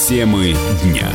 Темы дня.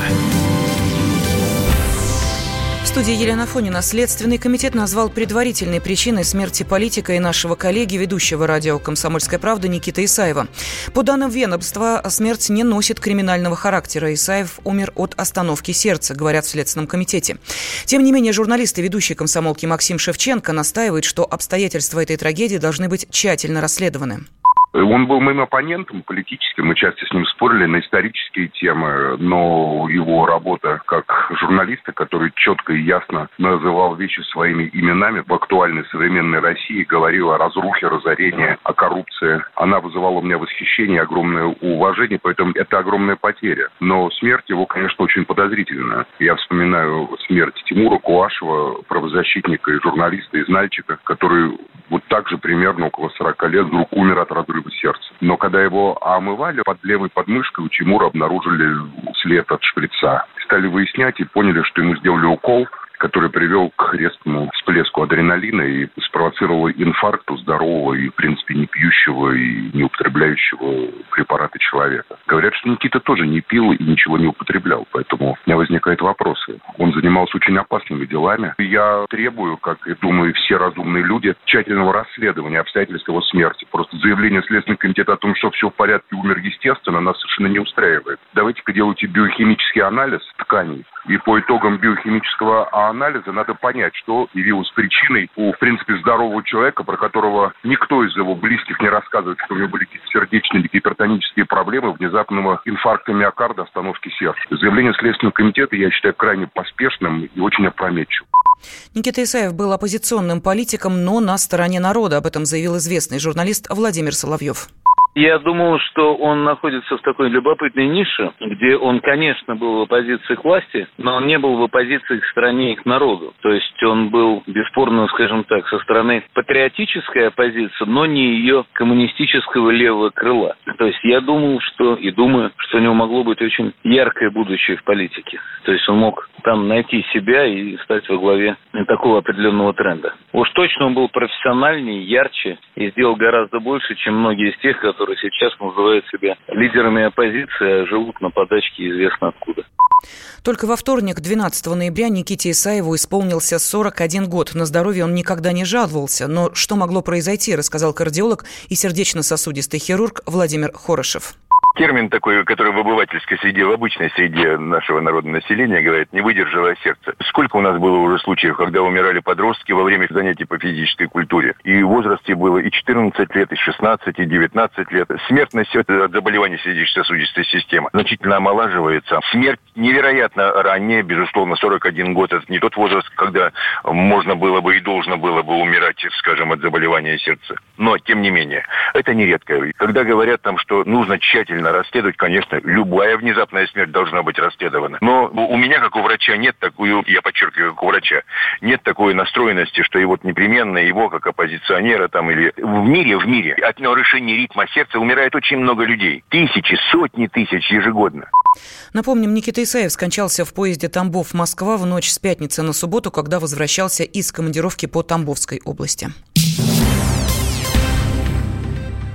В студии Елена Афонина. Следственный комитет назвал предварительной причиной смерти политика и нашего коллеги, ведущего радио «Комсомольская правда» Никиты Исаева. По данным ведомства, смерть не носит криминального характера. Исаев умер от остановки сердца, говорят в Следственном комитете. Тем не менее, журналист и ведущий комсомолки Максим Шевченко настаивает, что обстоятельства этой трагедии должны быть тщательно расследованы. Он был моим оппонентом политическим, мы часто с ним спорили на исторические темы, но его работа как журналиста, который четко и ясно называл вещи своими именами в актуальной современной России, говорил о разрухе, разорении, о коррупции, она вызывала у меня восхищение и огромное уважение, поэтому это огромная потеря. Но смерть его, конечно, очень подозрительная. Я вспоминаю смерть Тимура Кулашева, правозащитника и журналиста из Нальчика, который вот так же примерно около 40 лет вдруг умер от разрыва сердца. Но когда его омывали, под левой подмышкой у Тимура обнаружили след от шприца. Стали выяснять и поняли, что ему сделали укол, который привел к резкому всплеску адреналина и спровоцировал инфаркт у здорового и, в принципе, не пьющего и не употребляющего препараты человека. Говорят, что Никита тоже не пил и ничего не употреблял, поэтому у меня возникают вопросы. Он занимался очень опасными делами. Я требую, как и думаю все разумные люди, тщательного расследования обстоятельств его смерти. Просто заявление Следственного комитета о том, что все в порядке, умер естественно, нас совершенно не устраивает. Давайте-ка делайте биохимический анализ тканей. И по итогам биохимического анализа надо понять, что явилось причиной у, в принципе, здорового человека, про которого никто из его близких не рассказывает, что у него были какие-то сердечные или гипертонические проблемы, внезапного инфаркта миокарда, остановки сердца. Заявление Следственного комитета я считаю крайне поспешным и очень опрометчивым. Никита Исаев был оппозиционным политиком, но на стороне народа. Об этом заявил известный журналист Владимир Соловьев. Я думал, что он находится в такой любопытной нише, где он, конечно, был в оппозиции к власти, но он не был в оппозиции к стране и к народу. То есть он был, бесспорно, скажем так, со стороны патриотической оппозиции, но не ее коммунистического левого крыла. То есть я думал, что и думаю, что у него могло быть очень яркое будущее в политике. То есть он мог там найти себя и стать во главе такого определенного тренда. Уж точно он был профессиональнее, ярче и сделал гораздо больше, чем многие из тех, которые сейчас называют себя лидерами оппозиции, а живут на подачке известно откуда. Только во вторник, 12 ноября, Никите Исаеву исполнился 41 год. На здоровье он никогда не жаловался. Но что могло произойти, рассказал кардиолог и сердечно-сосудистый хирург Владимир Хорошев. Термин такой, который в обывательской среде, в обычной среде нашего народного населения, говорит, не выдержало сердце. Сколько у нас было уже случаев, когда умирали подростки во время занятий по физической культуре. И в возрасте было и 14 лет, и 16, и 19 лет. Смертность от заболеваний сердечно-сосудистой системы значительно омолаживается. Смерть невероятно ранняя, безусловно, 41 год. Это не тот возраст, когда можно было бы и должно было бы умирать, скажем, от заболевания сердца. Но, тем не менее, это нередко. Когда говорят там, что нужно тщательно расследовать, конечно, любая внезапная смерть должна быть расследована. Но у меня, как у врача, нет такой, я подчеркиваю, как у врача, нет такой настроенности, что и вот непременно его, как оппозиционера там или в мире от нарушения ритма сердца умирает очень много людей. Тысячи, сотни тысяч ежегодно. Напомним, Никита Исаев скончался в поезде Тамбов-Москва в ночь с пятницы на субботу, когда возвращался из командировки по Тамбовской области.